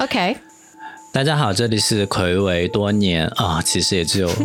OK， 大家好，这里是睽违多年啊，其实也只有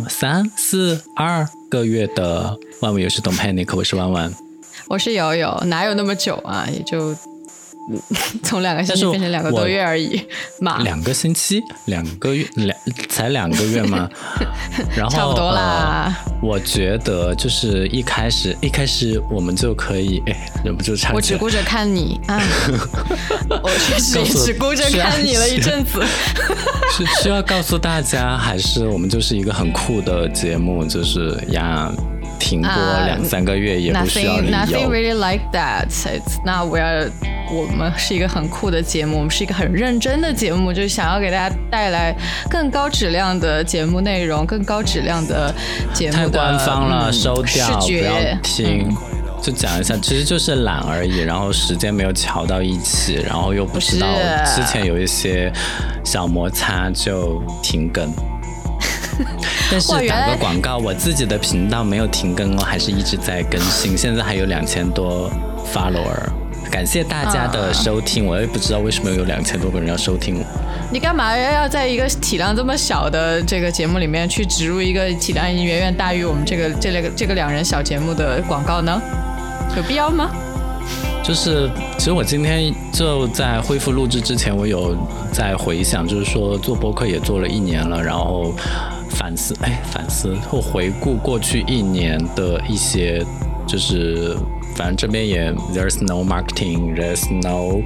3、4、2个月的万物有事懂 Panic， 我是万万， 我是友友，哪有那么久啊？也就从2个星期变成2个多月而已嘛。 2个星期，2个月，才2个月吗？然后差不多啦。 我觉得就是一开始我们就可以，忍不住唱。 我只顾着看你啊，我确实也只顾着看你了一阵子。 是需要告诉大家，还是我们就是一个很酷的节目，就是呀。停播2-3个月也不需要理由。 Nothing really like that. It's not where 我们是一个很酷的节目，我们是一个很认真的节目，就是想要给大家带来更高质量的节目内容，更高质量的节目的太官方了，收掉， 视觉不要听。就讲一下，其实就是懒而已，然后时间没有瞧到一起，然后又不知道之前有一些小摩擦就停更。但是打个广告，我自己的频道没有停更哦，还是一直在更新，现在还有2000多 follower， 感谢大家的收听，我也不知道为什么有2000多个人要收听我。 你干嘛要在一个体量这么小的这个节目里面去植入一个体量已经远远大于我们这个2人小节目的广告呢？有必要吗？ 就是其实我今天就在恢复录制之前，我有在回想，就是说做播客也做了1年了，然后反思或回顾过去1年的一些，就是反正这边也 there's no marketing, there's no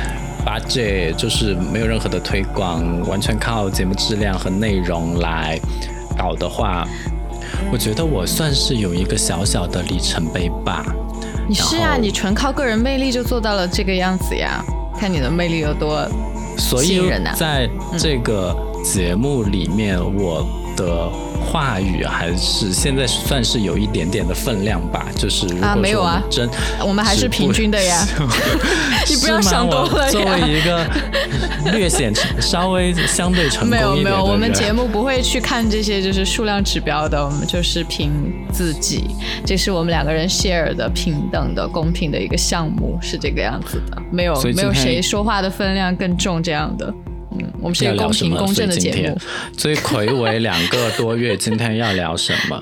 budget， 就是没有任何的推广，完全靠节目质量和内容来搞的话，我觉得我算是有一个小小的里程碑吧。 你是啊，你纯靠个人魅力就做到了这个样子呀，看你的魅力有多吸引人啊。 所以在这个节目里面，我的话语还是现在算是有一点点的分量吧，就是如果说没有啊，我们还是平均的呀。你不要想多了呀。 作为一个略显稍微相对成功一点的人， 没有，我们节目不会去看这些就是数量指标的，我们就是凭自己，这是我们2个人 share 的平等的公平的一个项目，是这个样子的，没有谁说话的分量更重这样的。我们是一个公平公正的节目。 所以睽违2个多月，今天要聊什么？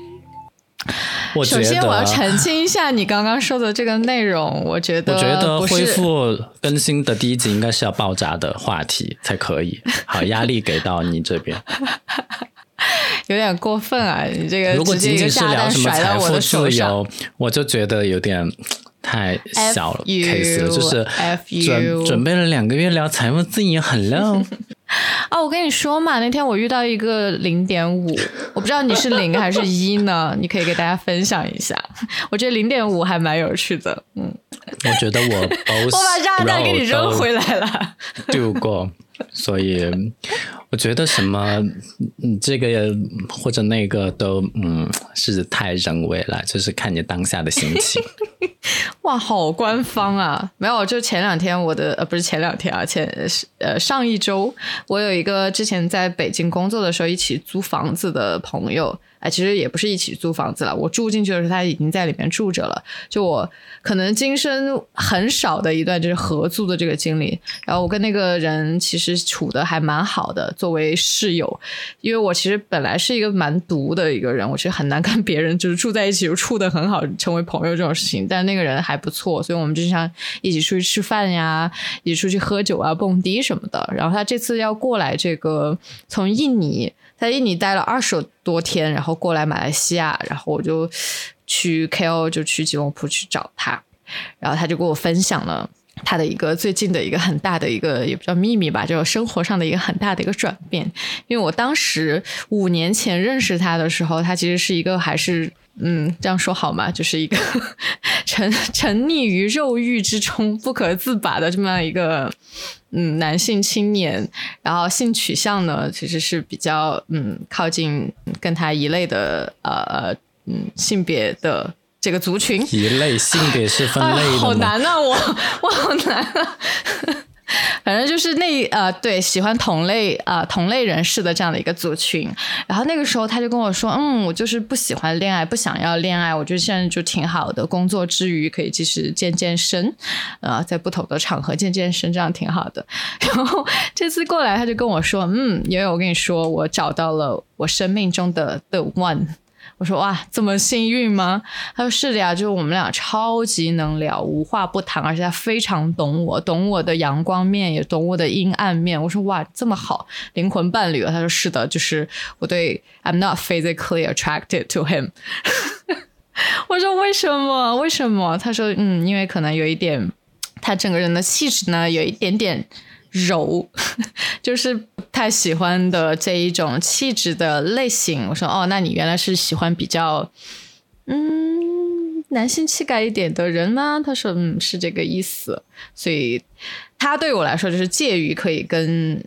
首先我要澄清一下你刚刚说的这个内容，我觉得恢复更新的第1集应该是要爆炸的话题才可以。好，压力给到你这边。 有点过分啊！你这个如果仅仅是聊什么财富自由，我就觉得有点太小了 case 了，就是准备了2个月聊财富自由，Hello。 我跟你说嘛，那天我遇到一个 0.5， 我不知道你是0还是1呢，你可以给大家分享一下。我觉得 0.5 还蛮有趣的。 我觉得我把炸弹给你扔回来了。 丢过。所以我觉得什么这个或者那个都是太人为了，就是看你当下的心情。 哇，好官方啊！没有，就前2天我的不是前2天啊，上一周我有一个之前在北京工作的时候一起租房子的朋友，其实也不是一起租房子了，我住进去的时候他已经在里面住着了，就我可能今生很少的一段就是合租的这个经历，然后我跟那个人其实处的还蛮好的，作为室友，因为我其实本来是一个蛮独的一个人，我其实很难跟别人就是住在一起就处得很好成为朋友这种事情，但那个人还不错，所以我们就像一起出去吃饭呀，一起出去喝酒啊蹦迪什么的，然后他这次要过来这个从印尼，在印尼待了20多天，然后过来马来西亚，然后我就去 KL 就去吉隆坡去找他，然后他就跟我分享了他的一个最近的一个很大的一个也不叫秘密吧，就是生活上的一个很大的一个转变。因为我当时5年前认识他的时候，他其实是一个还是这样说好吗？就是一个沉溺于肉欲之中不可自拔的这么一个男性青年，然后性取向呢其实是比较靠近跟他一类的性别的这个族群。一类性别是分类的吗？ 好难啊，我好难啊。反反正就是对，喜欢同类人士的这样的一个族群。然后那个时候他就跟我说，我就是不喜欢恋爱，不想要恋爱，我觉得现在就挺好的，工作之余可以继续健身，在不同的场合健身，这样挺好的。然后这次过来他就跟我说，因为我跟你说我找到了我生命中的 The One。我说哇，这么幸运吗？他说是的呀，就是我们俩超级能聊，无话不谈，而且他非常懂我的阳光面，也懂我的阴暗面。我说哇，这么好，灵魂伴侣。他说是的，就是我对 I'm not physically attracted to him 我说为什么？他说因为可能有一点，他整个人的气质呢有一点点柔，就是不太喜欢的这一种气质的类型。我说哦，那你原来是喜欢比较男性气概一点的人吗？他说是这个意思。所以他对我来说就是介于可以跟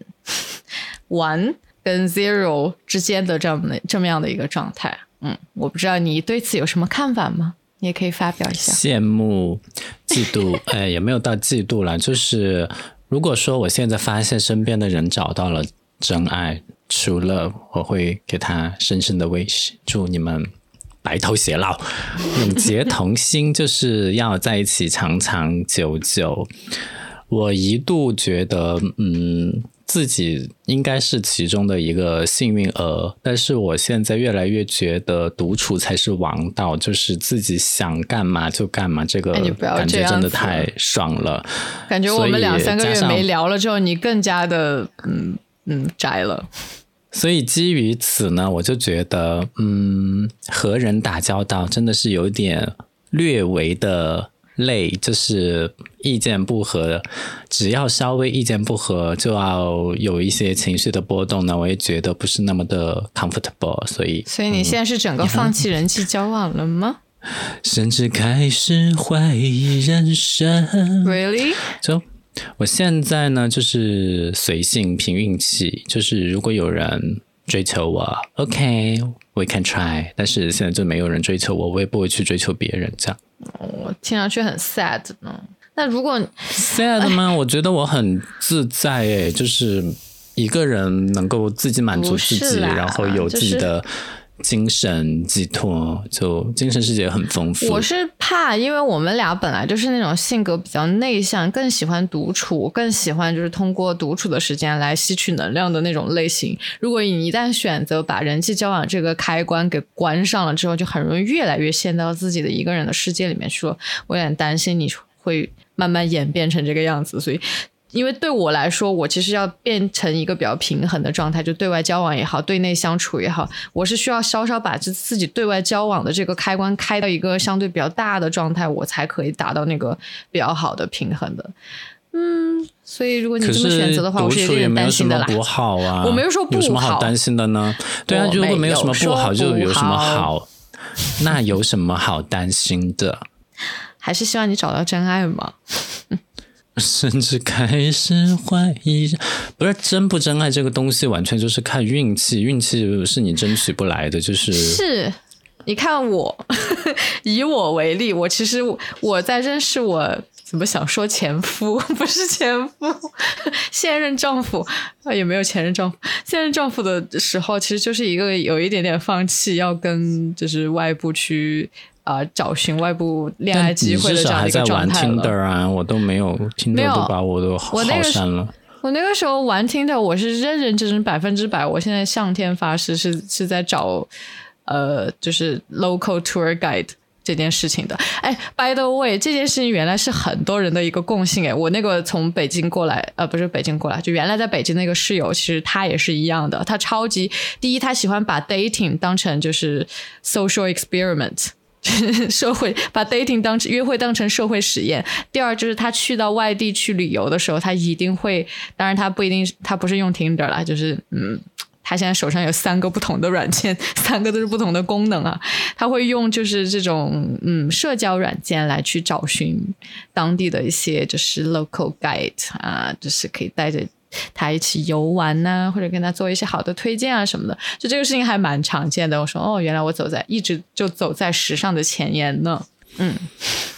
1跟 0之间的这么样的一个状态。我不知道你对此有什么看法吗？你也可以发表一下。 羡慕嫉妒也没有到嫉妒啦，就是如果说我现在发现身边的人找到了真爱，除了我会给他深深的 wish 祝你们白头偕老永结同心，就是要在一起长长久久。我一度觉得自己应该是其中的一个幸运儿，但是我现在越来越觉得独处才是王道，就是自己想干嘛就干嘛，这个感觉真的太爽了。 感觉我们2-3个月没聊了之后，你更加的宅了。 所以基于此呢，我就觉得和人打交道真的是有点略微的累，就是意见不合，只要稍微意见不合就要有一些情绪的波动呢，我也觉得不是那么的 comfortable。 所以你现在是整个放弃人际交往了吗？ 甚至开始怀疑人生。 Really？ 就我现在呢就是随性凭运气，就是如果有人追求我 OK we can try， 但是现在就没有人追求我，我也不会去追求别人这样。 听上去很 sad 呢。那如果 sad 吗？我觉得我很自在就是一个人能够自己满足自己，然后有自己的精神寄托，就精神世界很丰富。 我是怕，因为我们俩本来就是那种性格比较内向，更喜欢独处，更喜欢就是通过独处的时间来吸取能量的那种类型。如果你一旦选择把人际交往这个开关给关上了之后，就很容易越来越陷到自己的一个人的世界里面去了。我有点担心你会慢慢演变成这个样子，所以因为对我来说，我其实要变成一个比较平衡的状态，就对外交往也好，对内相处也好，我是需要稍稍把自己对外交往的这个开关开到一个相对比较大的状态，我才可以达到那个比较好的平衡的。所以如果你这么选择的话，我是有点担心的啦。 可是独处也没有什么不好啊， 我没有说不好， 有什么好担心的呢？对啊，如果没有什么不好，就有什么好？那有什么好担心的？ 还是希望你找到真爱嘛。 甚至开始怀疑，不是真不真爱这个东西完全就是看运气，运气是你争取不来的。是你看我以我为例，我其实我在认识我怎么想说前夫不是前夫现任丈夫也没有前任丈夫，现任丈夫的时候其实就是一个有一点点放弃要跟就是外部去找寻外部恋爱机会的这样的一个状态了。你至少还在玩 Tinder 啊，我都没有 Tinder 都把我都好删了。我那个时候玩 Tinder 我是认认真真100%，我现在向天发誓是在找就是 local tour guide 这件事情的。by the way 这件事情原来是很多人的一个共性。我那个从北京过来不是北京过来，就原来在北京那个室友，其实他也是一样的。他超级第一，他喜欢把 dating 当成就是 social experiment，社会把 dating 约会当成社会实验。第二就是他去到外地去旅游的时候，他一定会，当然他不一定，他不是用 Tinder 啦，就是他现在手上有3个不同的软件，3个都是不同的功能啊。他会用就是这种社交软件来去找寻当地的一些就是 local guide 啊，就是可以带着他一起游玩啊，或者跟他做一些好的推荐啊什么的。就这个事情还蛮常见的。我说原来我一直就走在时尚的前沿呢。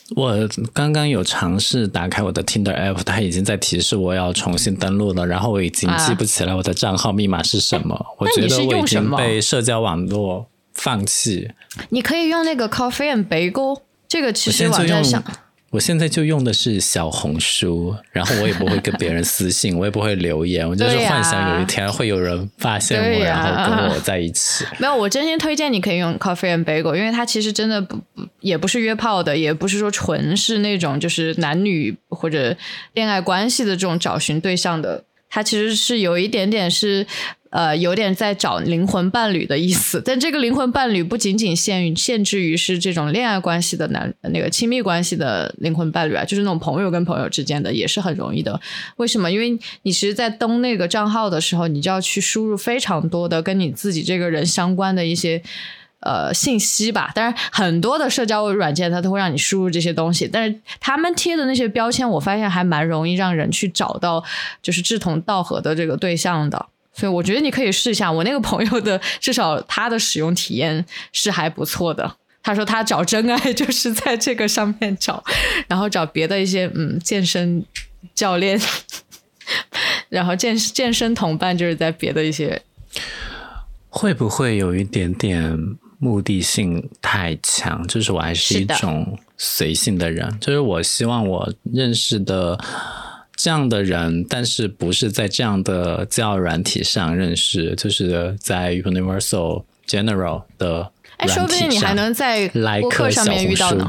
我刚刚有尝试打开我的 Tinder app， 它已经在提示我要重新登录了，然后我已经记不起来我的账号密码是什么。我觉得我已经被社交网络放弃。 你可以用那个 Coffee and Bagel， 这个其实网站上。 我现在就用的是小红书，然后我也不会跟别人私信，我也不会留言，我就是幻想有一天会有人发现我，然后跟我在一起。 没有，我真心推荐你可以用 Coffee and Bagel， 因为它其实真的也不是约炮的，也不是说纯是那种就是男女或者恋爱关系的这种找寻对象的，它其实是有一点点是有点在找灵魂伴侣的意思，但这个灵魂伴侣不仅仅限制于是这种恋爱关系的那个亲密关系的灵魂伴侣啊，就是那种朋友跟朋友之间的也是很容易的。为什么？因为你其实在登那个账号的时候，你就要去输入非常多的跟你自己这个人相关的一些信息吧。当然很多的社交软件它都会让你输入这些东西，但是他们贴的那些标签我发现还蛮容易让人去找到就是志同道合的这个对象的，所以我觉得你可以试一下。我那个朋友的至少他的使用体验是还不错的，他说他找真爱就是在这个上面找，然后找别的一些健身教练然后健身同伴就是在别的一些。 会不会有一点点目的性太强？就是我还是一种随性的人，就是我希望我认识的这样的人，但是不是在这样的交友软体上认识，就是在 Universal General 的软体上。 说不定你还能在播客上面遇到呢。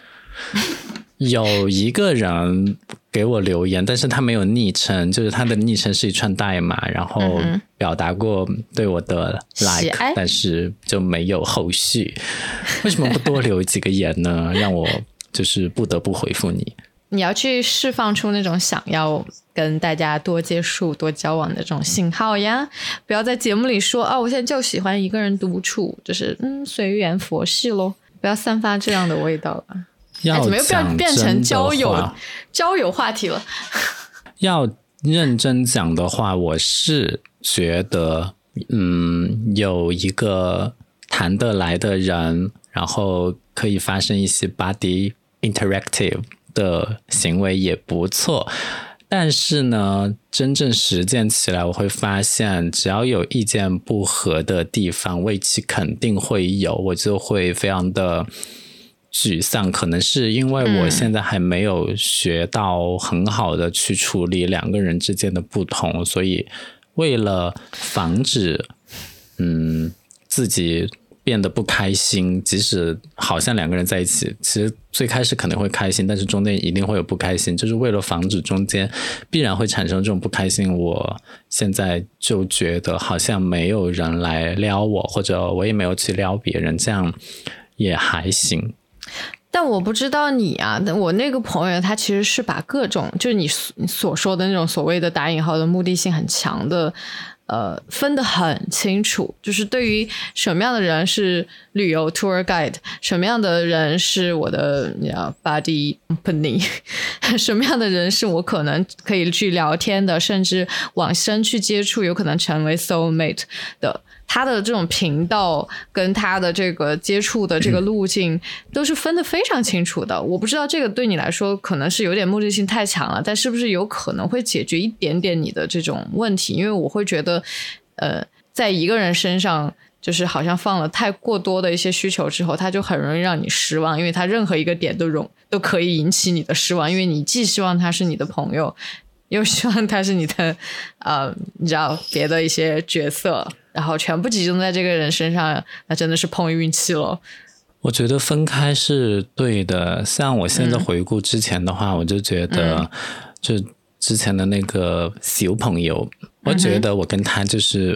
有一个人给我留言，但是他没有昵称，就是他的昵称是一串代码，然后表达过对我的 like，但是就没有后续。为什么不多留几个言呢？让我就是不得不回复你。 你要去释放出那种想要跟大家多接触多交往的这种信号呀，不要在节目里说我现在就喜欢一个人独处，就是随缘佛系咯，不要散发这样的味道了。怎么又变成交友话题了？ 要认真讲的话，我是觉得有一个谈得来的人，然后可以发生一些 body interactive 的行为也不错，但是呢真正实践起来我会发现只要有意见不合的地方，位置肯定会有，我就会非常的沮丧。可能是因为我现在还没有学到很好的去处理两个人之间的不同，所以为了防止自己变得不开心，即使好像两个人在一起，其实最开始可能会开心，但是中间一定会有不开心，就是为了防止中间必然会产生这种不开心，我现在就觉得好像没有人来撩我，或者我也没有去撩别人，这样也还行。 但我不知道你啊，我那个朋友他其实是把各种就是你所说的那种所谓的打引号的目的性很强的分得很清楚，就是对于什么样的人是旅游 tour guide， 什么样的人是我的body company， 什么样的人是我可能可以去聊天的，甚至往深去接触，有可能成为 soulmate 的。他的这种频道跟他的这个接触的这个路径都是分得非常清楚的。我不知道这个对你来说可能是有点目的性太强了，但是不是有可能会解决一点点你的这种问题？因为我会觉得在一个人身上就是好像放了太过多的一些需求之后，他就很容易让你失望，因为他任何一个点都可以引起你的失望，因为你既希望他是你的朋友，又希望他是你的你知道别的一些角色，然后全部集中在这个人身上，那真的是碰运气了。 我觉得分开是对的，像我现在回顾之前的话，我就觉得就之前的那个小朋友，我觉得我跟他就是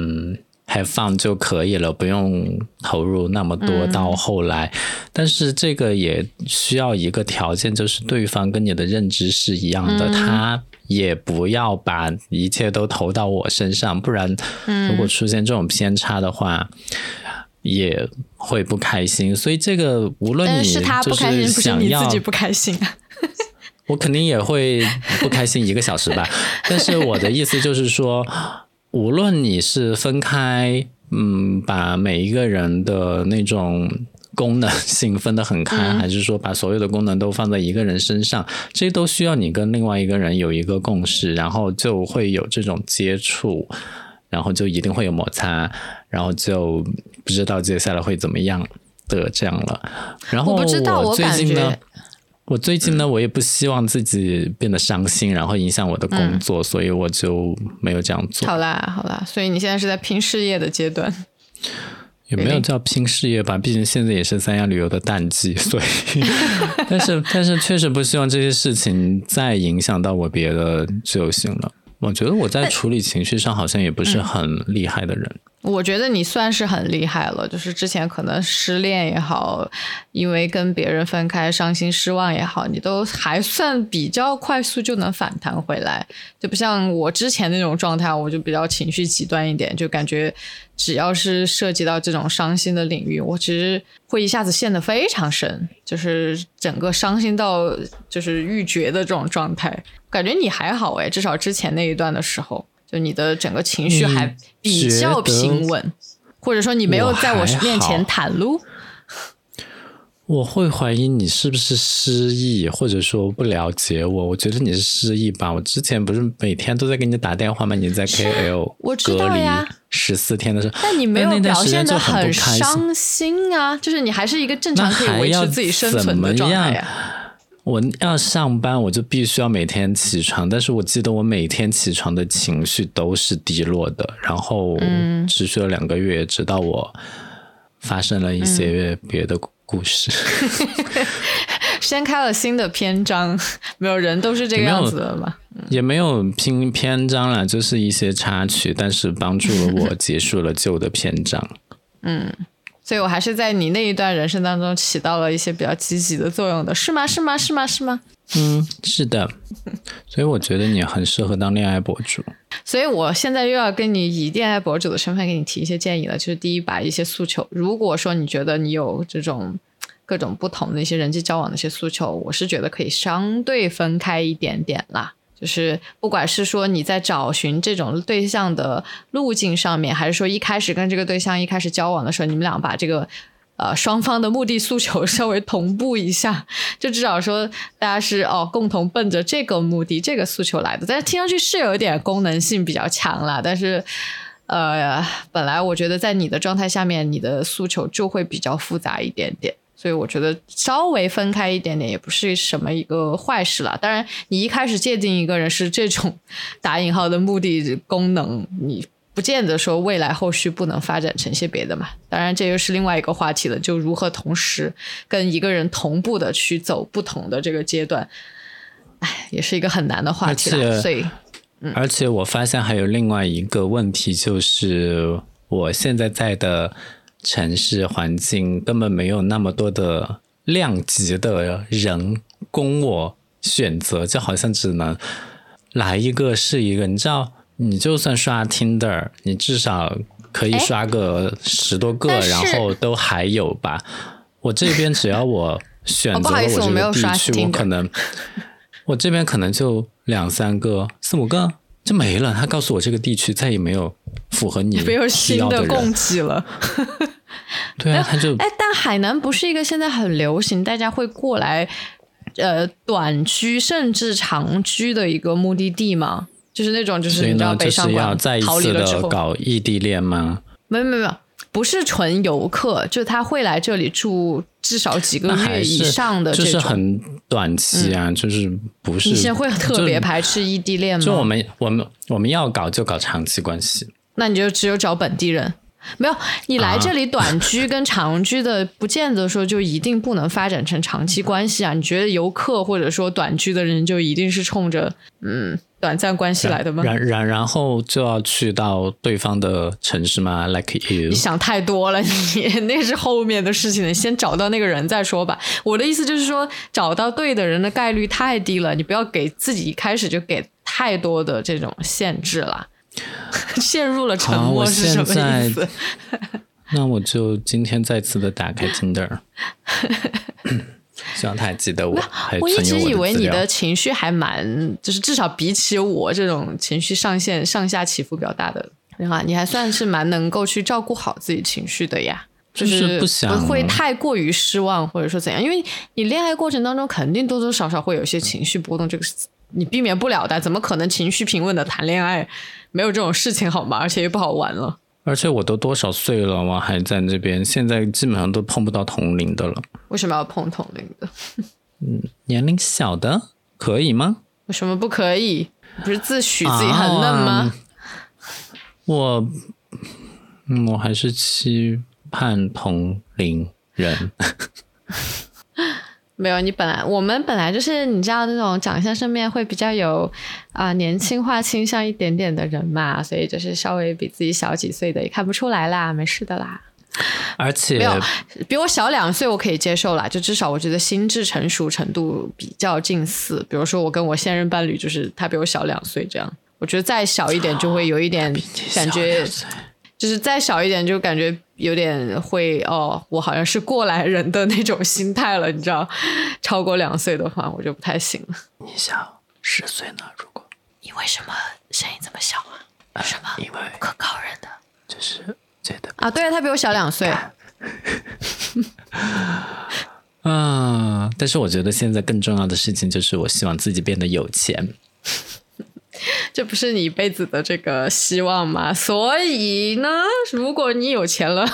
have fun 就可以了，不用投入那么多到后来，但是这个也需要一个条件，就是对方跟你的认知是一样的，他也不要把一切都投到我身上，不然如果出现这种偏差的话也会不开心。所以这个无论你就是想要，但是他不开心不是你自己不开心啊我肯定也会不开心1个小时吧但是我的意思就是说无论你是分开把每一个人的那种功能性分得很开，还是说把所有的功能都放在一个人身上，这些都需要你跟另外一个人有一个共识，然后就会有这种接触，然后就一定会有摩擦，然后就不知道接下来会怎么样的这样了。然后我最近呢我也不希望自己变得伤心，然后影响我的工作，所以我就没有这样做。 好啦，所以你现在是在拼事业的阶段。 也没有叫拼事业吧，毕竟现在也是三亚旅游的淡季，所以但是确实不希望这些事情再影响到我别的就行了。我觉得我在处理情绪上好像也不是很厉害的人。 我觉得你算是很厉害了，就是之前可能失恋也好，因为跟别人分开伤心失望也好，你都还算比较快速就能反弹回来，就不像我之前那种状态，我就比较情绪极端一点，就感觉只要是涉及到这种伤心的领域，我其实会一下子陷得非常深，就是整个伤心到就是欲绝的这种状态。感觉你还好至少之前那一段的时候，就你的整个情绪还比较平稳，或者说你没有在我面前袒露。 我会怀疑你是不是失忆，或者说不了解我。我觉得你是失忆吧。我之前不是每天都在给你打电话吗？你在 KL 隔离14天的时候， 但你没有表现得很伤心啊，就是你还是一个正常可以维持自己生存的状态啊。 我要上班我就必须要每天起床，但是我记得我每天起床的情绪都是低落的，然后持续了2个月，直到我发生了一些别的故事掀开了新的篇章。没有人都是这个样子的嘛， 也没有篇章啦，就是一些插曲，但是帮助了我结束了旧的篇章。 所以我还是在你那一段人生当中起到了一些比较积极的作用的，是吗？是的。所以我觉得你很适合当恋爱博主。 所以我现在又要跟你以恋爱博主的身份给你提一些建议了，就是第一，把一些诉求，如果说你觉得你有这种各种不同的一些人际交往的一些诉求，我是觉得可以相对分开一点点啦。就是不管是说你在找寻这种对象的路径上面，还是说一开始跟这个对象一开始交往的时候，你们俩把这个双方的目的诉求稍微同步一下，就至少说大家是共同奔着这个目的这个诉求来的。但是听上去是有一点功能性比较强啦，但是本来我觉得在你的状态下面，你的诉求就会比较复杂一点点，所以我觉得稍微分开一点点也不是什么一个坏事啦。当然你一开始界定一个人是这种打引号的目的功能，你不见得说未来后续不能发展成些别的嘛。当然这又是另外一个话题了，就如何同时跟一个人同步的去走不同的这个阶段，也是一个很难的话题了。所以而且我发现还有另外一个问题，就是我现在在的城市环境根本没有那么多的量级的人供我选择，就好像只能来一个是一个。你知道你就算刷 Tinder 你至少可以刷个10多个，然后都还有吧。我这边只要我选择了我这个地区，我这边可能就2、3个、4、5个就没了。他告诉我这个地区再也没有符合你需要的人， 没有新的供给了。 对啊，他就但海南不是一个现在很流行大家会过来短居甚至长居的一个目的地吗？就是那种就是你知道北上广逃离了之后， 所以呢，就是要再一次的搞异地恋吗？ 没有，不是纯游客，就他会来这里住至少几个月以上的这种， 就是很短期啊，就是不是。 你现在会特别排斥异地恋吗？ 就我们要搞就搞长期关系， 那你就只有找本地人。没有，你来这里短居跟长居的不见得说就一定不能发展成长期关系啊。你觉得游客或者说短居的人就一定是冲着短暂关系来的吗？ 然后就要去到对方的城市吗？ Like you， 你想太多了，你那是后面的事情，你先找到那个人再说吧。我的意思就是说找到对的人的概率太低了，你不要给自己一开始就给太多的这种限制了。陷入了沉默是什么意思？ 那我就今天再次的打开 Tinder 希望他还记得我。 我一直以为你的情绪还蛮，就是至少比起我这种情绪上下起伏比较大的人啊，你还算是蛮能够去照顾好自己情绪的呀。 就是不想不会太过于失望或者说怎样，因为你恋爱过程当中肯定多多少少会有一些情绪波动，这个你避免不了的，怎么可能情绪平稳的谈恋爱？没有这种事情好吗？而且又不好玩了。 而且我都多少岁了，我还在这边，现在基本上都碰不到同龄的了。 为什么要碰同龄的？ 年龄小的可以吗？ 为什么不可以？不是自诩自己很嫩吗？ 我还是期盼同龄人。 没有，我们本来就是你知道那种长相上面会比较有年轻化倾向一点点的人嘛，所以就是稍微比自己小几岁的也看不出来啦，没事的啦。 而且没有比我小2岁我可以接受啦，就至少我觉得心智成熟程度比较近似。比如说我跟我现任伴侣，就是他比我小2岁这样，我觉得再小一点就会有一点感觉，就是再小一点就感觉有点会我好像是过来人的那种心态了，你知道，超过2岁的话我就不太行了。 你小10岁呢？如果你为什么声音这么小啊？什么？ 因为不可告人的， 就是觉得对啊，他比我小2岁。 但是我觉得现在更重要的事情就是我希望自己变得有钱。 这不是你一辈子的这个希望吗？所以呢，如果你有钱了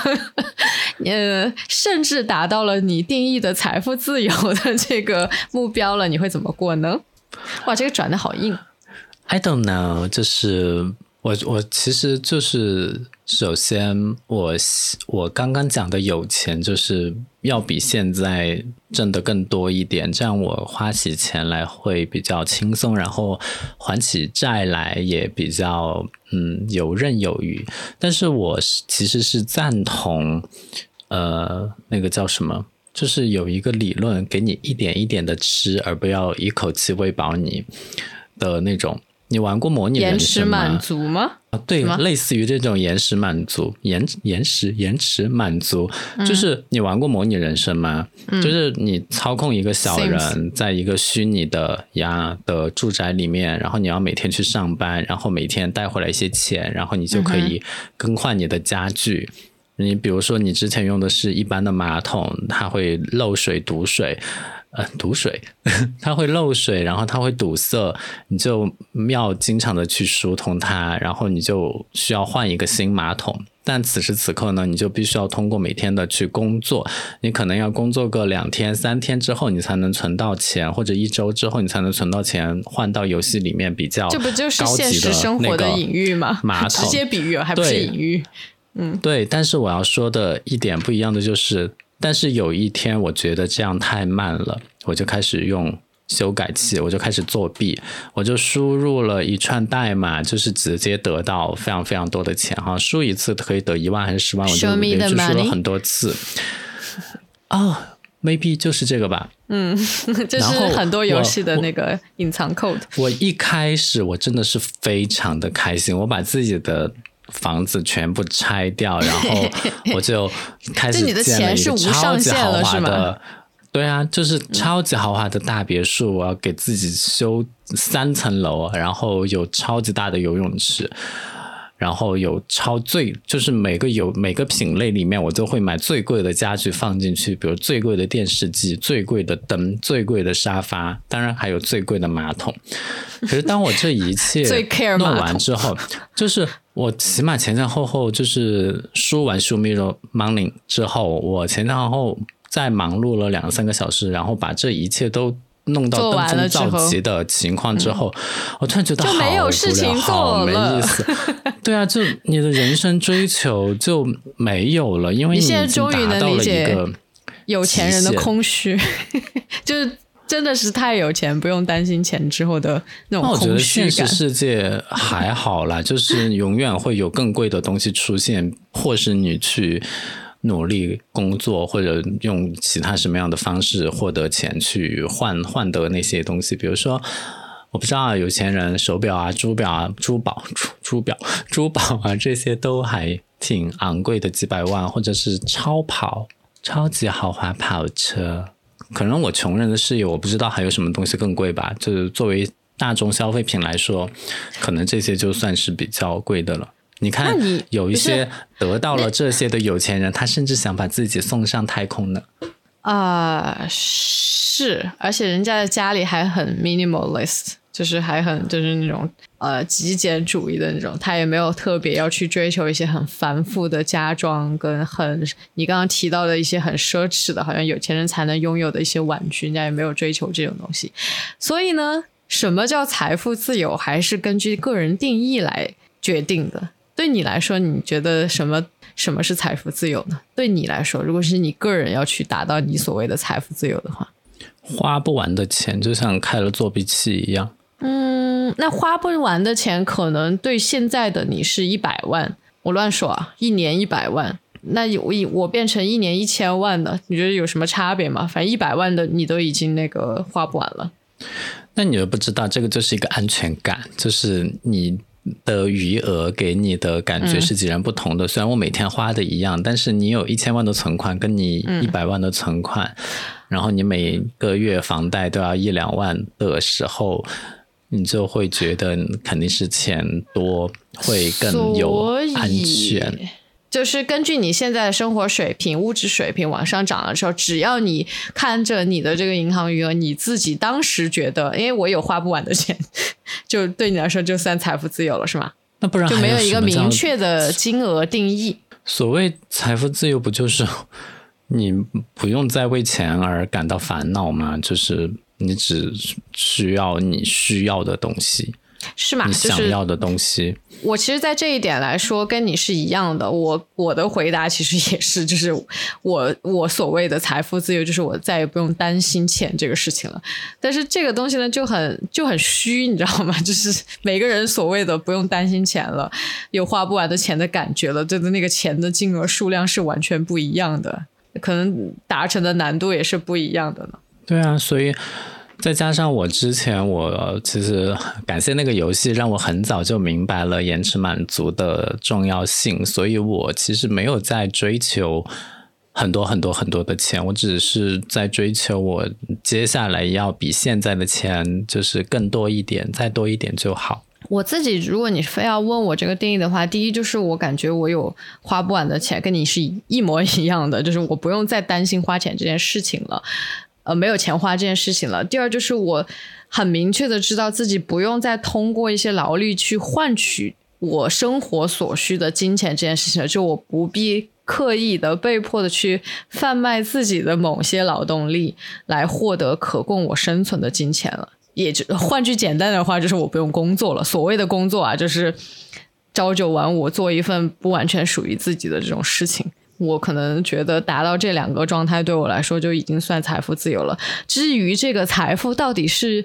甚至达到了你定义的财富自由的这个目标了，你会怎么过呢？哇，这个转得好硬。 I don't know， 就是我其实就是首先我刚刚讲的有钱就是要比现在挣得更多一点，这样我花起钱来会比较轻松，然后还起债来也比较游刃有余。但是我其实是赞同那个叫什么，就是有一个理论，给你一点一点的吃，而不要一口气喂饱你的那种。你玩过模拟人生吗？ 延迟满足吗？ 对，类似于这种延迟满足，延迟满足，就是你玩过模拟人生吗？就是你操控一个小人，在一个虚拟的住宅里面，然后你要每天去上班，然后每天带回来一些钱，然后你就可以更换你的家具。你比如说你之前用的是一般的马桶，它会漏水堵水，它会漏水，然后它会堵塞，你就要经常的去疏通它，然后你就需要换一个新马桶。但此时此刻呢，你就必须要通过每天的去工作，你可能要工作个2天3天之后你才能存到钱，或者1周之后你才能存到钱换到游戏里面比较高级的那个马桶。这不就是现实生活的隐喻吗？直接比喻还不是隐喻。对，但是我要说的一点不一样的就是，但是有一天我觉得这样太慢了，我就开始用修改器，我就开始作弊，我就输入了一串代码，就是直接得到非常非常多的钱哈，输一次可以得1万还是10万，我就连续输了很多次。maybe 就是这个吧。 这是很多游戏的那个隐藏 code。 我一开始我真的是非常的开心，我把自己的房子全部拆掉，然后我就开始建了一个超级豪华的，对啊，就是超级豪华的大别墅，我要给自己修3层楼，然后有超级大的游泳池，然后有就是每个品类里面我都会买最贵的家具放进去，比如最贵的电视机、最贵的灯、最贵的沙发，当然还有最贵的马桶。可是当我这一切弄完之后，就是我起码前前后后就是输完 Show Me the Money 之后，我前前后后再忙碌了2-3个小时，然后把这一切都弄到登峰造极的情况之后，我突然觉得好无聊，好没意思。对啊，就你的人生追求就没有了，因为你已经达到了一个有钱人的空虚，就是真的是太有钱，不用担心钱之后的那种空虚感。我觉得现实世界还好啦，就是永远会有更贵的东西出现，或是你去努力工作，或者用其他什么样的方式获得钱去换得那些东西。比如说我不知道有钱人手表啊、珠宝啊，这些都还挺昂贵的，几百万，或者是超级豪华跑车。可能我穷人的视野，我不知道还有什么东西更贵吧，就是作为大众消费品来说，可能这些就算是比较贵的了。 你看有一些得到了这些的有钱人，他甚至想把自己送上太空呢。 是，而且人家的家里还很 minimalist， 就是还很就是那种极简主义的那种，他也没有特别要去追求一些很繁复的家装跟你刚刚提到的一些很奢侈的好像有钱人才能拥有的一些玩具，人家也没有追求这种东西。所以呢，什么叫财富自由还是根据个人定义来决定的。对你来说，你觉得什么是财富自由呢？对你来说，如果是你个人要去达到你所谓的财富自由的话， 花不完的钱就像开了作弊器一样。 那花不完的钱可能对现在的你是100万，我乱说啊，一年100万，那我变成一年1000万的，你觉得有什么差别吗？反正100万的你都已经那个花不完了。 那你又不知道，这个就是一个安全感，就是你的余额给你的感觉是截然不同的。虽然我每天花的一样，但是你有1000万的存款跟你100万的存款，然后你每个月房贷都要1-2万的时候，你就会觉得肯定是钱多会更有安全。 就是根据你现在的生活水平、物质水平往上涨的时候，只要你看着你的这个银行余额，你自己当时觉得因为我有花不完的钱，就对你来说就算财富自由了，是吗？ 那不然还有就没有一个明确的金额定义。 所谓财富自由不就是你不用再为钱而感到烦恼吗？就是你只需要你需要的东西， 是吗？ 你想要的东西。 我其实在这一点来说跟你是一样的，我的回答其实也是，就是我所谓的财富自由就是我再也不用担心钱这个事情了。但是这个东西呢就很虚，你知道吗？就是每个人所谓的不用担心钱了，有花不完的钱的感觉了，对的，那个钱的金额数量是完全不一样的，可能达成的难度也是不一样的呢。 对啊，所以再加上我之前我其实感谢那个游戏让我很早就明白了延迟满足的重要性，所以我其实没有在追求很多很多很多的钱，我只是在追求我接下来要比现在的钱就是更多一点，再多一点就好。 我自己如果你非要问我这个定义的话，第一就是我感觉我有花不完的钱，跟你是一模一样的，就是我不用再担心花钱这件事情了，没有钱花这件事情了。第二就是我很明确的知道自己不用再通过一些劳力去换取我生活所需的金钱这件事情了，就我不必刻意的被迫的去贩卖自己的某些劳动力来获得可供我生存的金钱了。也换句简单的话就是我不用工作了，所谓的工作啊就是朝九晚五做一份不完全属于自己的这种事情。我可能觉得达到这两个状态对我来说就已经算财富自由了。至于这个财富到底是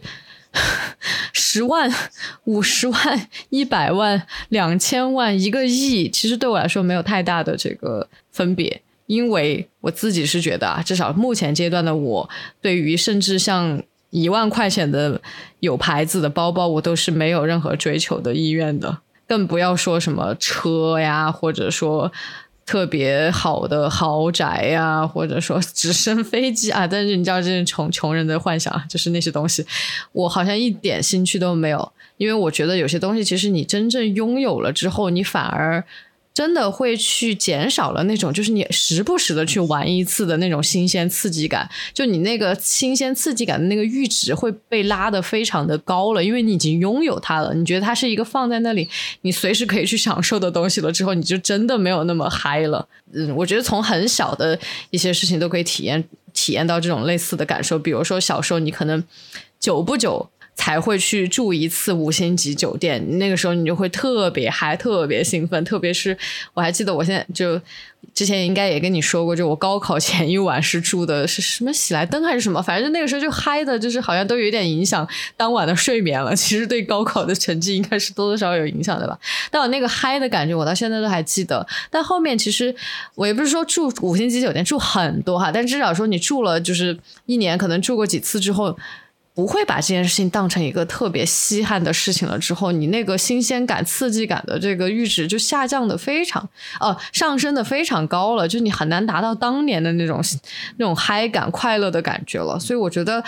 10万、50万、100万、2000万、1个亿，其实对我来说没有太大的这个分别。因为我自己是觉得啊，至少目前阶段的我，对于甚至像1万块钱的有牌子的包包，我都是没有任何追求的意愿的，更不要说什么车呀，或者说特别好的豪宅呀，或者说直升飞机啊。但是你知道这是穷人的幻想，就是那些东西我好像一点兴趣都没有。因为我觉得有些东西其实你真正拥有了之后，你反而真的会去减少了那种就是你时不时的去玩一次的那种新鲜刺激感，就你那个新鲜刺激感的那个阈值会被拉得非常的高了，因为你已经拥有它了，你觉得它是一个放在那里你随时可以去享受的东西了之后，你就真的没有那么嗨了。我觉得从很小的一些事情都可以体验到这种类似的感受。比如说小时候你可能久不久才会去住一次5星级酒店，那个时候你就会特别嗨，特别兴奋。特别是我还记得我现在就之前应该也跟你说过，就我高考前一晚是住的是什么喜来登还是什么，反正那个时候就嗨的就是好像都有点影响当晚的睡眠了。其实对高考的成绩应该是多多少少有影响的吧，但我那个嗨的感觉我到现在都还记得。但后面其实我也不是说住5星级酒店住很多哈，但至少说你住了就是1年可能住过几次之后，不会把这件事情当成一个特别稀罕的事情了之后，你那个新鲜感刺激感的这个阈值就下降的非常上升的非常高了，就你很难达到当年的那种嗨感快乐的感觉了。所以我觉得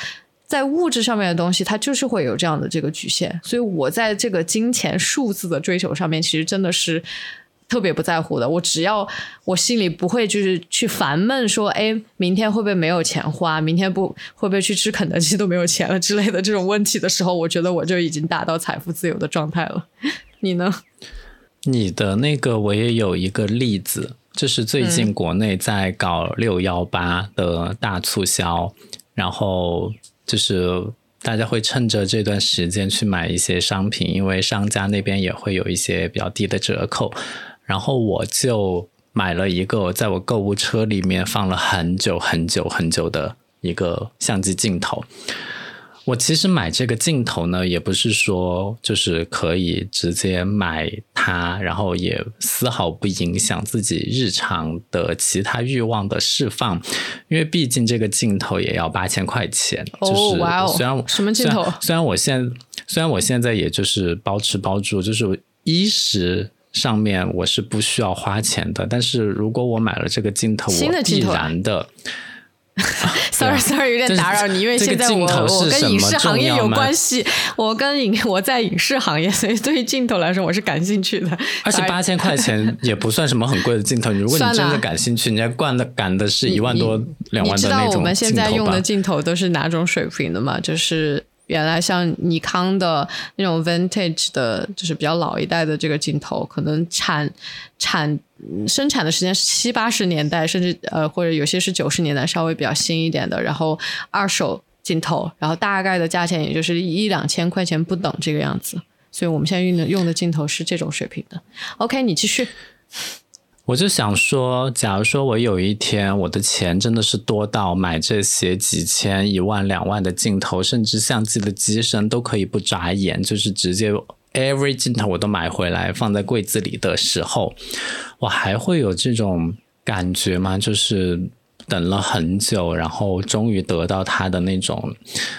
在物质上面的东西它就是会有这样的这个局限，所以我在这个金钱数字的追求上面其实真的是特别不在乎的。我只要我心里不会就是去烦闷说明天会不会没有钱花，明天会不会去吃肯德基都没有钱了之类的这种问题的时候，我觉得我就已经达到财富自由的状态了。你呢？ 你的那个我也有一个例子，就是最近国内在搞618的大促销，然后就是大家会趁着这段时间去买一些商品，因为商家那边也会有一些比较低的折扣，然后我就买了一个在我购物车里面放了很久很久很久的一个相机镜头。我其实买这个镜头呢，也不是说就是可以直接买它，然后也丝毫不影响自己日常的其他欲望的释放，因为毕竟这个镜头也要8000块钱。就是虽然什么镜头？ 虽然我现在也就是包吃包住，就是衣食上面我是不需要花钱的，但是如果我买了这个镜头，我必然的。 sorry 有点打扰你，因为现在我跟影视行业有关系，我在影视行业，所以对于镜头来说我是感兴趣的。 而且8000块钱也不算什么很贵的镜头，如果你真的感兴趣，你还赶的是1万多2万的那种镜头吧。你知道我们现在用的镜头都是哪种水平的吗？就是原来像尼康的那种 vintage 的，就是比较老一代的这个镜头，可能生产的时间是70-80年代，甚至或者有些是90年代，稍微比较新一点的，然后二手镜头，然后大概的价钱也就是1-2千块钱不等这个样子，所以我们现在用的镜头是这种水平的。 OK 你继续。 我就想说，假如说我有一天我的钱真的是多到买这些几千1万2万的镜头，甚至相机的机身都可以不眨眼，就是直接 every 镜头我都买回来放在柜子里的时候，我还会有这种感觉吗？就是等了很久，然后终于得到它的那种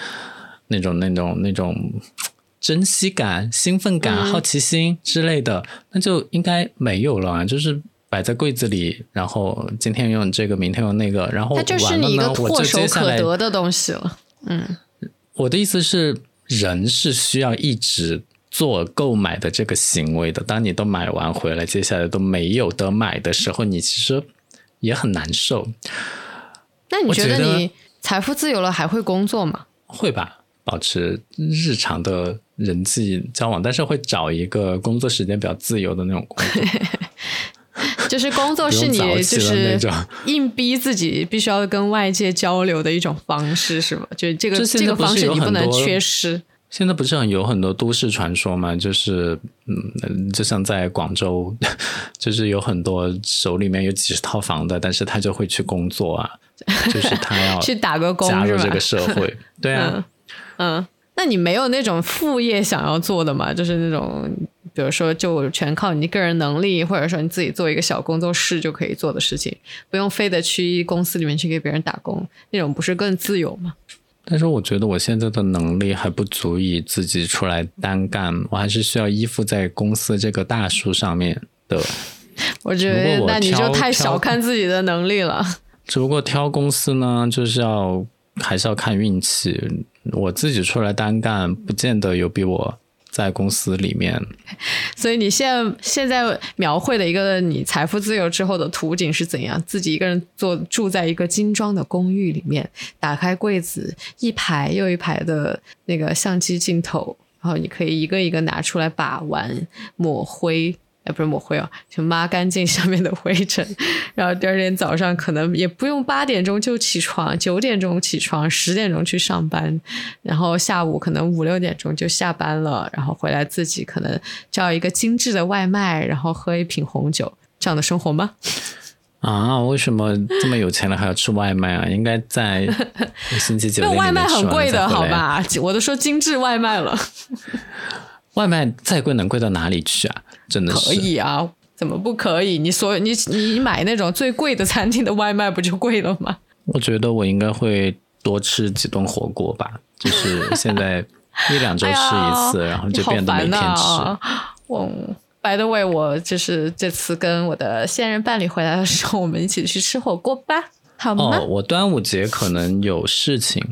珍惜感、兴奋感、好奇心之类的，那就应该没有了，就是摆在柜子里，然后今天用这个，明天用那个，然后完了呢， 它就是你一个唾手可得的东西了。 我的意思是，人是需要一直做购买的这个行为的。当你都买完回来，接下来都没有得买的时候，你其实也很难受。 那你觉得你财富自由了还会工作吗？ 会吧，保持日常的人际交往，但是会找一个工作时间比较自由的那种工作。 就是工作是你就是硬逼自己必须要跟外界交流的一种方式，是吗？就这个方式你不能缺失。 现在不是有很多都市传说吗？就是就像在广州，就是有很多手里面有几十套房的，但是他就会去工作啊，就是他要去打个工加入这个社会。对啊， 那你没有那种副业想要做的吗？就是那种比如说就全靠你个人能力，或者说你自己做一个小工作室就可以做的事情，不用非得去公司里面去给别人打工，那种不是更自由吗？ 但是我觉得我现在的能力还不足以自己出来单干，我还是需要依附在公司这个大树上面的。 我觉得那你就太小看自己的能力了。 只不过挑公司呢，就是还是要看运气。我自己出来单干，不见得有比我在公司里面。 所以你现在描绘的一个你财富自由之后的图景是怎样？自己一个人住在一个精装的公寓里面，打开柜子，一排又一排的那个相机镜头，然后你可以一个一个拿出来把玩抹灰。不是抹灰就抹干净上面的灰尘，然后第二天早上可能也不用8点钟就起床，9点钟起床，10点钟去上班，然后下午可能5-6点钟就下班了，然后回来自己可能叫一个精致的外卖，然后喝一瓶红酒，这样的生活吗？ 为什么这么有钱了还要吃外卖啊？应该在星期9点里面吃完再回来。 外卖很贵的好吧，我都说精致外卖了。 外卖再贵能贵到哪里去啊？真的是可以啊，怎么不可以？你买那种最贵的餐厅的外卖不就贵了吗？ 我觉得我应该会多吃几顿火锅吧，就是现在1-2周吃一次，然后就变得每天吃。 by the way， 我就是这次跟我的现任伴侣回来的时候，我们一起去吃火锅吧，好吗？ 我端午节可能有事情，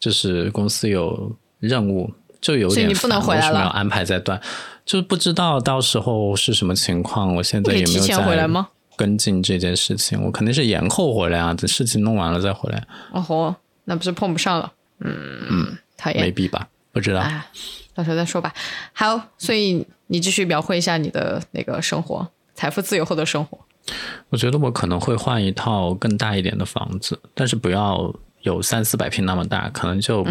就是公司有任务，就有点所以你不能回来了， 为什么要安排在断？就是不知道到时候是什么情况，我现在也没有在跟进这件事情，我肯定是延后回来啊，等事情弄完了再回来。 哦，那不是碰不上了？讨厌， 没必吧？不知道， 到时候再说吧。好，所以你继续描绘一下你的那个生活，财富自由后的生活。 我觉得我可能会换一套更大一点的房子，但是不要有300-400平那么大，可能就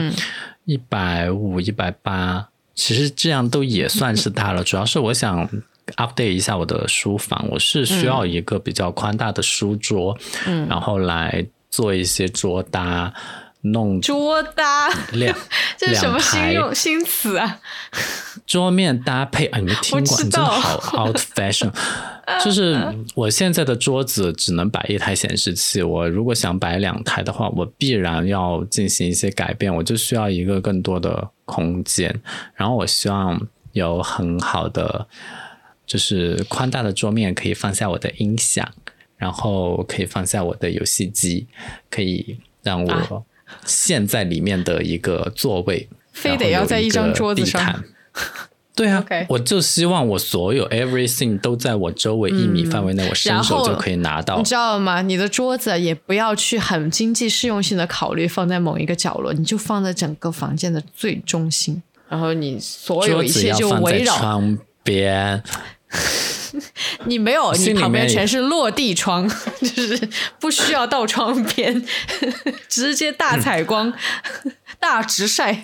150、180，其实这样都也算是大了。主要是我想 update 一下我的书房，我是需要一个比较宽大的书桌，然后来做一些桌搭。 桌搭这是什么新词啊？ 桌面搭配啊，你没听过？你真的好 old fashion。就是我现在的桌子只能摆一台显示器，我如果想摆2台的话，我必然要进行一些改变，我就需要一个更多的空间。然后我希望有很好的，就是宽大的桌面，可以放下我的音响，然后可以放下我的游戏机，可以让我陷在里面的一个座位， 非得要在一张桌子上。 对啊，我就希望我所有 everything 都在我周围1米范围内，我伸手就可以拿到。 你知道吗？你的桌子也不要去很经济适用性的考虑放在某一个角落，你就放在整个房间的最中心，然后你所有一切就围绕。桌子要放在窗边。你没有，你旁边全是落地窗，就是不需要到窗边，直接大采光，大直晒。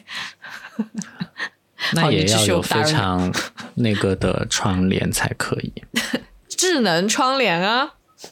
那也要有非常那个的窗帘才可以。 智能窗帘啊，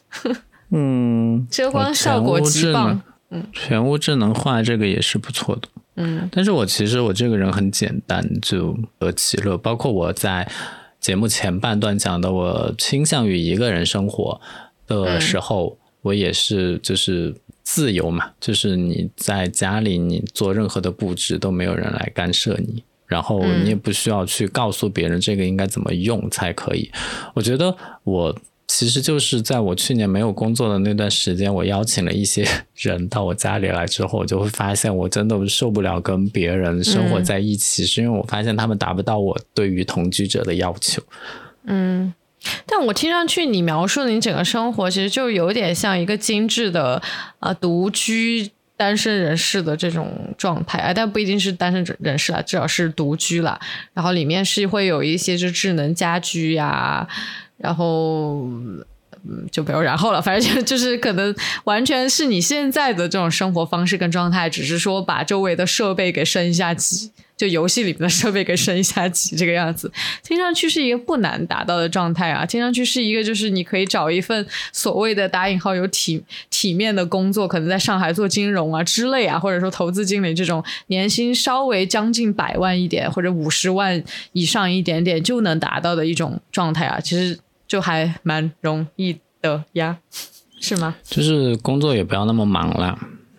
遮光效果极棒。 全屋智能化这个也是不错的。但是其实我这个人很简单，就得其乐。包括我在节目前半段讲的，我倾向于一个人生活的时候，我也是就是自由嘛，就是你在家里你做任何的布置都没有人来干涉你，然后你也不需要去告诉别人这个应该怎么用才可以。我觉得我其实就是在我去年没有工作的那段时间，我邀请了一些人到我家里来之后，我就会发现我真的受不了跟别人生活在一起，是因为我发现他们达不到我对于同居者的要求。 但我听上去你描述的你整个生活其实就有点像一个精致的独居单身人士的这种状态，但不一定是单身人士啦，至少是独居啦。然后里面是会有一些就智能家居呀，然后就没有然后了，反正就是可能完全是你现在的这种生活方式跟状态，只是说把周围的设备给升一下级，就游戏里面的设备给升一下级这个样子，听上去是一个不难达到的状态啊，听上去是一个就是你可以找一份所谓的打引号有体面的工作，可能在上海做金融啊之类啊，或者说投资经理这种年薪稍微将近100万一点或者50万以上一点点就能达到的一种状态啊，其实就还蛮容易的呀，是吗？ 就是工作也不要那么忙啦。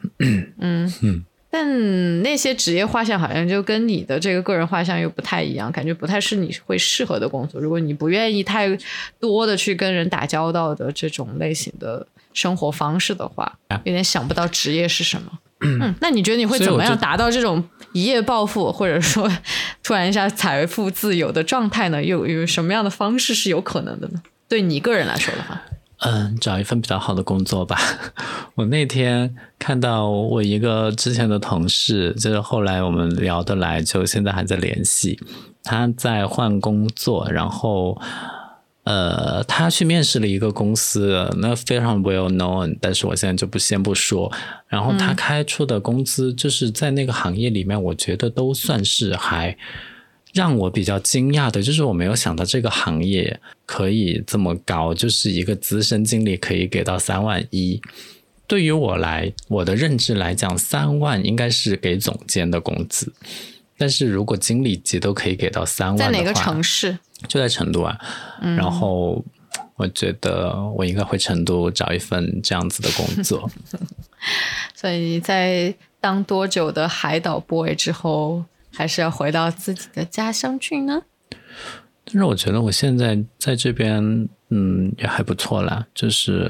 但那些职业画像好像就跟你的这个个人画像又不太一样，感觉不太是你会适合的工作。如果你不愿意太多的去跟人打交道的这种类型的生活方式的话，有点想不到职业是什么。那你觉得你会怎么样达到这种一夜暴富或者说突然一下财富自由的状态呢？有什么样的方式是有可能的呢？对你个人来说的话， 找一份比较好的工作吧。我那天看到我一个之前的同事，就是后来我们聊得来，就现在还在联系。他在换工作，然后他去面试了一个公司，那非常 well known， 但是我现在就先不说。然后他开出的工资，就是在那个行业里面，我觉得都算是还让我比较惊讶的，就是我没有想到这个行业可以这么高，就是一个资深经理可以给到3万1。对于我的认知来讲，3万应该是给总监的工资，但是如果经理级都可以给到3万的话， 在哪个城市？ 就在成都啊。然后我觉得我应该回成都找一份这样子的工作。 所以你在当多久的海岛 boy 之后，还是要回到自己的家乡去呢？ 但是我觉得我现在在这边也还不错啦，就是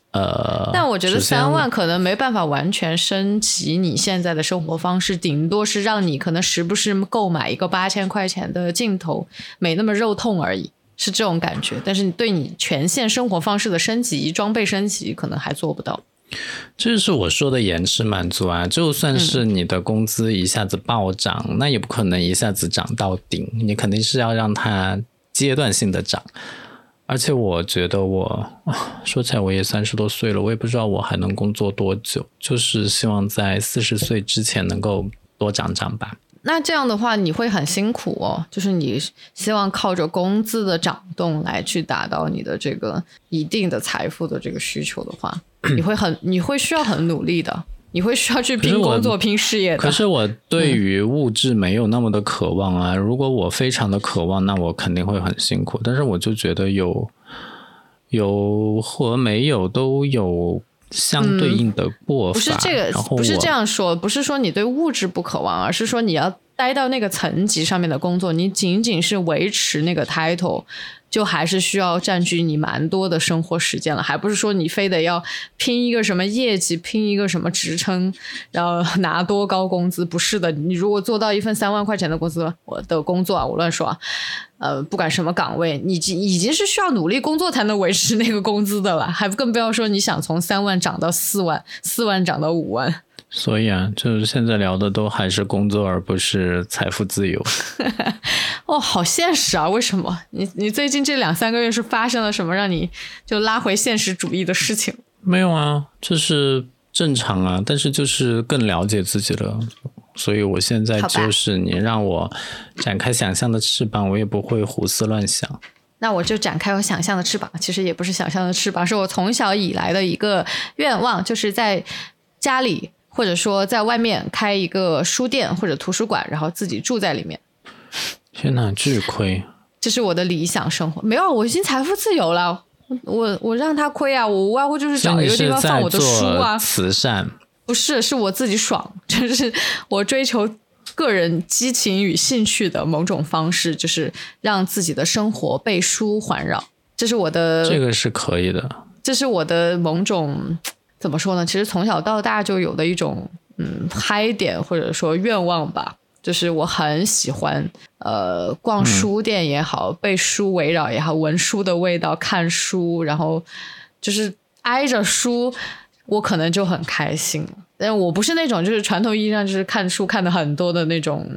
但我觉得3万可能没办法完全升级你现在的生活方式，顶多是让你可能时不时购买一个8000块钱的镜头，没那么肉痛而已，是这种感觉。但是对你全线生活方式的升级、装备升级可能还做不到。 这是我说的延迟满足啊，就算是你的工资一下子暴涨，那也不可能一下子涨到顶，你肯定是要让它阶段性的涨。而且我觉得说起来我也30多岁了，我也不知道我还能工作多久，就是希望在40岁之前能够多涨涨吧。 那这样的话你会很辛苦哦，就是你希望靠着工资的涨动来去达到你的这个一定的财富的这个需求的话，你会需要很努力的，你会需要去拼工作拼事业的。 可是我对于物质没有那么的渴望啊，如果我非常的渴望，那我肯定会很辛苦。但是我就觉得有和没有都有相对应的过法。 不是这个，不是这样说，不是说你对物质不渴望，而是说你要待到那个层级上面的工作，你仅仅是维持那个 title就还是需要占据你蛮多的生活时间了，还不是说你非得要拼一个什么业绩，拼一个什么职称，然后拿多高工资。不是的，你如果做到一份3万块钱的工资我的工作啊，我乱说啊，不管什么岗位，你已经是需要努力工作才能维持那个工资的了，还更不要说你想从3万涨到4万，4万涨到5万。 所以啊，就是现在聊的都还是工作，而不是财富自由。 哦，好现实啊！为什么？你最近这2-3个月是发生了什么让你就拉回现实主义的事情？ 没有啊，这是正常啊，但是就是更了解自己了。所以我现在就是你让我展开想象的翅膀，我也不会胡思乱想。 那我就展开我想象的翅膀，其实也不是想象的翅膀，是我从小以来的一个愿望，就是在家里或者说在外面开一个书店或者图书馆，然后自己住在里面。 天哪，巨亏！ 这是我的理想生活。没有，我已经财富自由了，我让他亏啊，我无外乎就是找一个地方放我的书啊。 慈善不是，是我自己爽，就是我追求个人激情与兴趣的某种方式，就是让自己的生活被书环绕。这是我的， 这个是可以的。 这是我的某种怎么说呢？其实从小到大就有的一种嗨点或者说愿望吧。就是我很喜欢逛书店也好，被书围绕也好，闻书的味道，看书，然后就是挨着书我可能就很开心。但我不是那种就是传统意义上就是看书看的很多的那种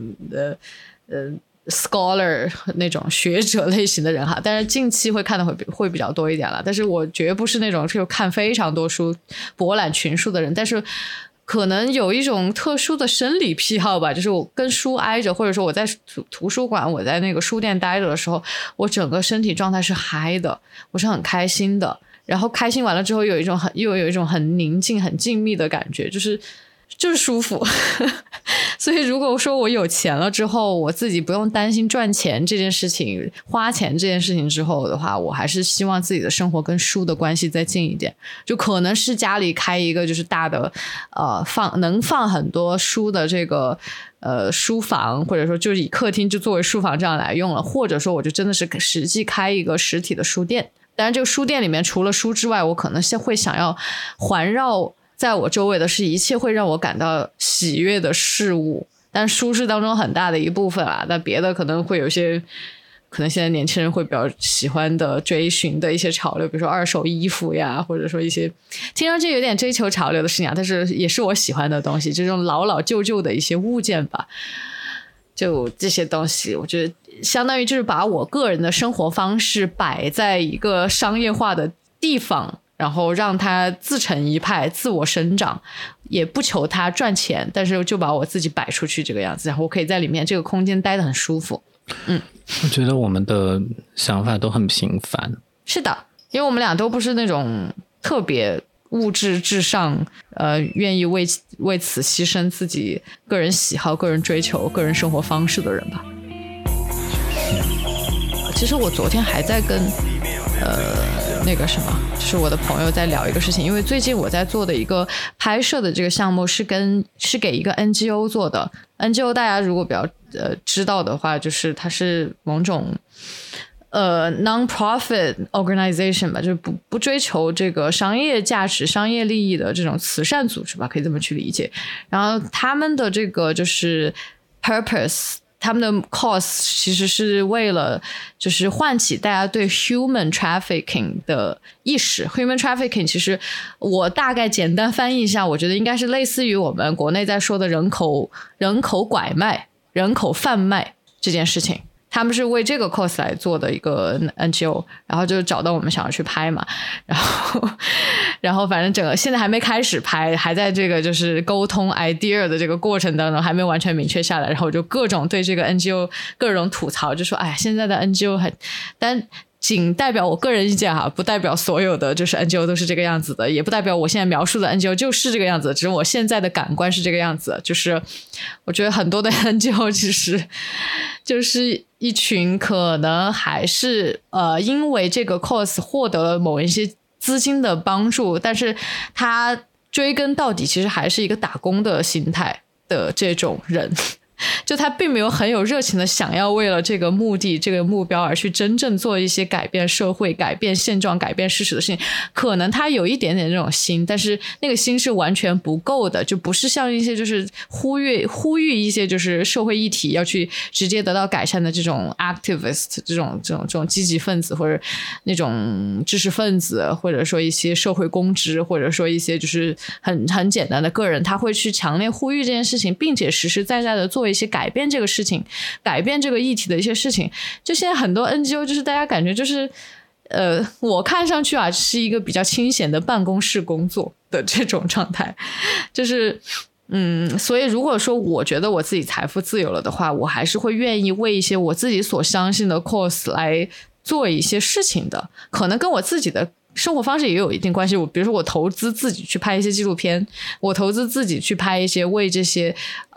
scholar 那种学者类型的人哈，但是近期会看的会比较多一点了。但是我绝不是那种就看非常多书博览群书的人，但是可能有一种特殊的生理癖好吧，就是我跟书挨着，或者说我在图书馆，我在那个书店待着的时候，我整个身体状态是嗨的，我是很开心的。然后开心完了之后，又有一种很宁静、很静谧的感觉，就是舒服。所以如果说我有钱了之后，我自己不用担心赚钱这件事情、花钱这件事情之后的话，我还是希望自己的生活跟书的关系再近一点。就可能是家里开一个就是大的能放很多书的这个书房，或者说就是以客厅就作为书房这样来用了，或者说我就真的是实际开一个实体的书店。当然这个书店里面除了书之外，我可能会想要环绕在我周围的是一切会让我感到喜悦的事物，但书是当中很大的一部分啦。但别的可能会有一些，可能现在年轻人会比较喜欢的追寻的一些潮流，比如说二手衣服呀，或者说一些听上去有点追求潮流的事情啊，但是也是我喜欢的东西，这种老旧旧的一些物件吧。就这些东西我觉得相当于就是把我个人的生活方式摆在一个商业化的地方，然后让它自成一派，自我生长，也不求它赚钱，但是就把我自己摆出去这个样子，然后我可以在里面这个空间待得很舒服。 我觉得我们的想法都很平凡。 是的，因为我们俩都不是那种特别物质至上愿意为此牺牲自己个人喜好、个人追求、个人生活方式的人吧。其实我昨天还在跟那个什么，就是我的朋友在聊一个事情，因为最近我在做的一个拍摄的这个项目是给一个 NGO 做的。NGO 大家如果比较知道的话，就是它是某种 non-profit organization 吧，就是不追求这个商业价值、商业利益的这种慈善组织吧，可以这么去理解。然后他们的这个就是 purpose， 他们的 cause 其实是为了就是唤起大家对 human trafficking 的意识。human trafficking 其实我大概简单翻译一下，我觉得应该是类似于我们国内在说的人口拐卖、人口贩卖这件事情。他们是为这个 cause 来做的一个 NGO， 然后就找到我们想要去拍嘛，然后反正整个现在还没开始拍，还在这个就是沟通 idea 的这个过程当中，还没完全明确下来，然后就各种对这个 NGO 各种吐槽，就说哎，现在的 NGO 但仅代表我个人意见哈，不代表所有的就是 NGO 都是这个样子的，也不代表我现在描述的 NGO 就是这个样子，只是我现在的感官是这个样子。就是我觉得很多的 NGO 其实就是一群可能还是因为这个 cause 获得了某一些资金的帮助，但是他追根到底其实还是一个打工的心态的这种人。就他并没有很有热情的想要为了这个目的这个目标而去真正做一些改变社会改变现状改变事实的事情，可能他有一点点这种心，但是那个心是完全不够的，就不是像一些就是呼吁一些就是社会议题要去直接得到改善的这种 activist 这种积极分子，或者那种知识分子，或者说一些社会公知，或者说一些就是很简单的个人，他会去强烈呼吁这件事情，并且实实在在的做一些改变这个事情改变这个议题的一些事情。就现在很多 NGO 就是大家感觉就是我看上去啊是一个比较清闲的办公室工作的这种状态，就是所以如果说我觉得我自己财富自由了的话，我还是会愿意为一些我自己所相信的 cause 来做一些事情的，可能跟我自己的生活方式也有一定关系。比如说我投资自己去拍一些纪录片，我投资自己去拍一些为这些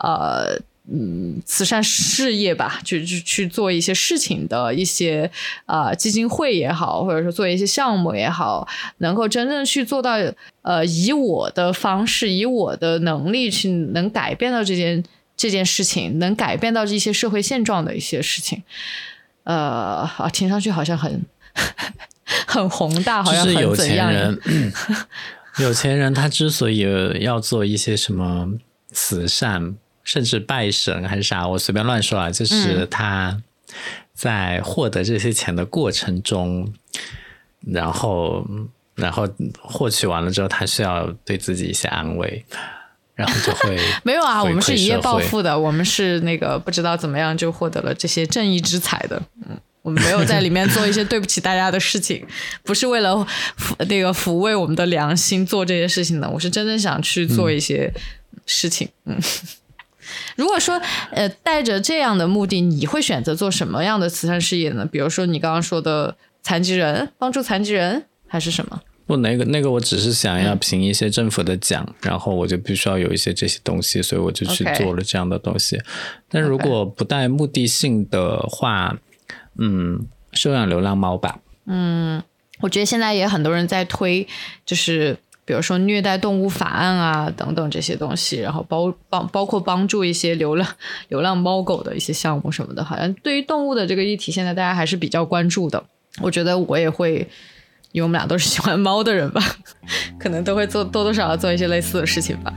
慈善事业吧，去做一些事情的一些基金会也好，或者说做一些项目也好，能够真正去做到以我的方式以我的能力去能改变到这件事情，能改变到一些社会现状的一些事情。听上去好像很宏大，好像很怎样。 有钱人他之所以要做一些什么慈善甚至拜神还是啥，我随便乱说啊，就是他在获得这些钱的过程中，然后获取完了之后，他需要对自己一些安慰，然后就会没有啊，我们是一夜暴富的，我们是那个不知道怎么样就获得了这些正义之财的。我们没有在里面做一些对不起大家的事情，不是为了那个抚慰我们的良心做这些事情的，我是真正想去做一些事情。如果说带着这样的目的，你会选择做什么样的慈善事业呢？比如说你刚刚说的残疾人，帮助残疾人，还是什么？ 不，那个我只是想要评一些政府的奖，然后我就必须要有一些这些东西，所以我就去做了这样的东西。但如果不带目的性的话，收养流浪猫吧。 我觉得现在也很多人在推，就是比如说虐待动物法案啊等等这些东西，然后包括帮助一些流浪猫狗的一些项目什么的，好像对于动物的这个议题现在大家还是比较关注的。我觉得我也会，因为我们俩都是喜欢猫的人吧，可能都会多多少少做一些类似的事情吧。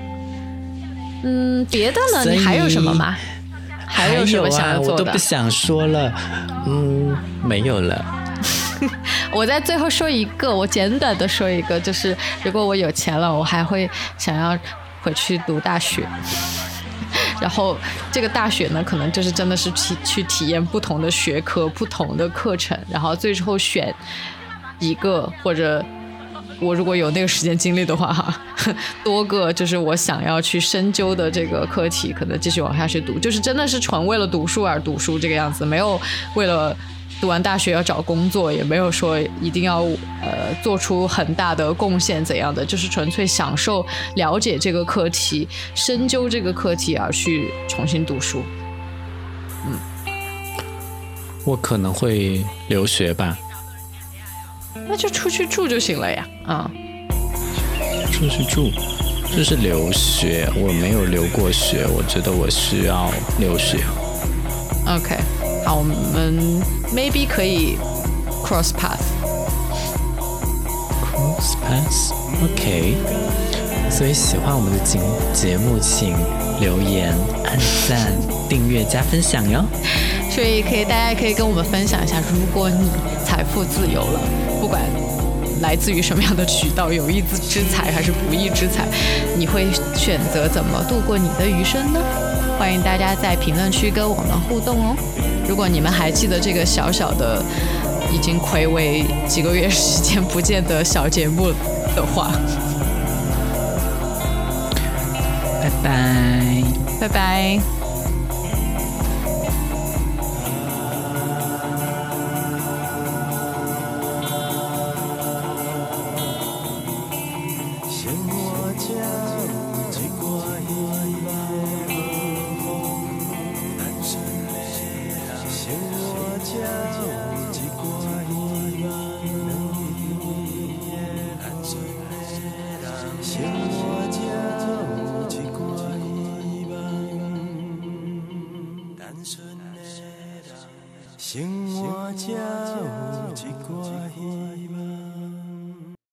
别的呢？你还有什么吗？还有什么想要做的？ 我都不想说了。没有了。 我在最后说一个，我简短的说一个，就是如果我有钱了，我还会想要回去读大学。然后这个大学呢，可能就是真的是去体验不同的学科、不同的课程，然后最后选一个，或者我如果有那个时间精力的话多个就是我想要去深究的这个课题，可能继续往下去读，就是真的是纯为了读书而读书这个样子，没有为了读完大学要找工作，也没有说一定要做出很大的贡献怎样的，就是纯粹享受了解这个课题、深究这个课题而去重新读书。 我可能会留学吧。 那就出去住就行了呀。 出去住就是留学，我没有留过学，我觉得我需要留学。 OK， 好，我们 maybe 可以 cross path。cross path，OK。所以喜欢我们的节目，请留言、按赞、订阅、加分享哟。 所以大家可以跟我们分享一下，如果你财富自由了，不管来自于什么样的渠道，有意之财还是不义之财，你会选择怎么度过你的余生呢？欢迎大家在评论区跟我们互动哦。如果你们还记得这个小小的已经睽违几个月时间不见的小节目的话， 拜拜， 拜拜。 生活才有一挂希望。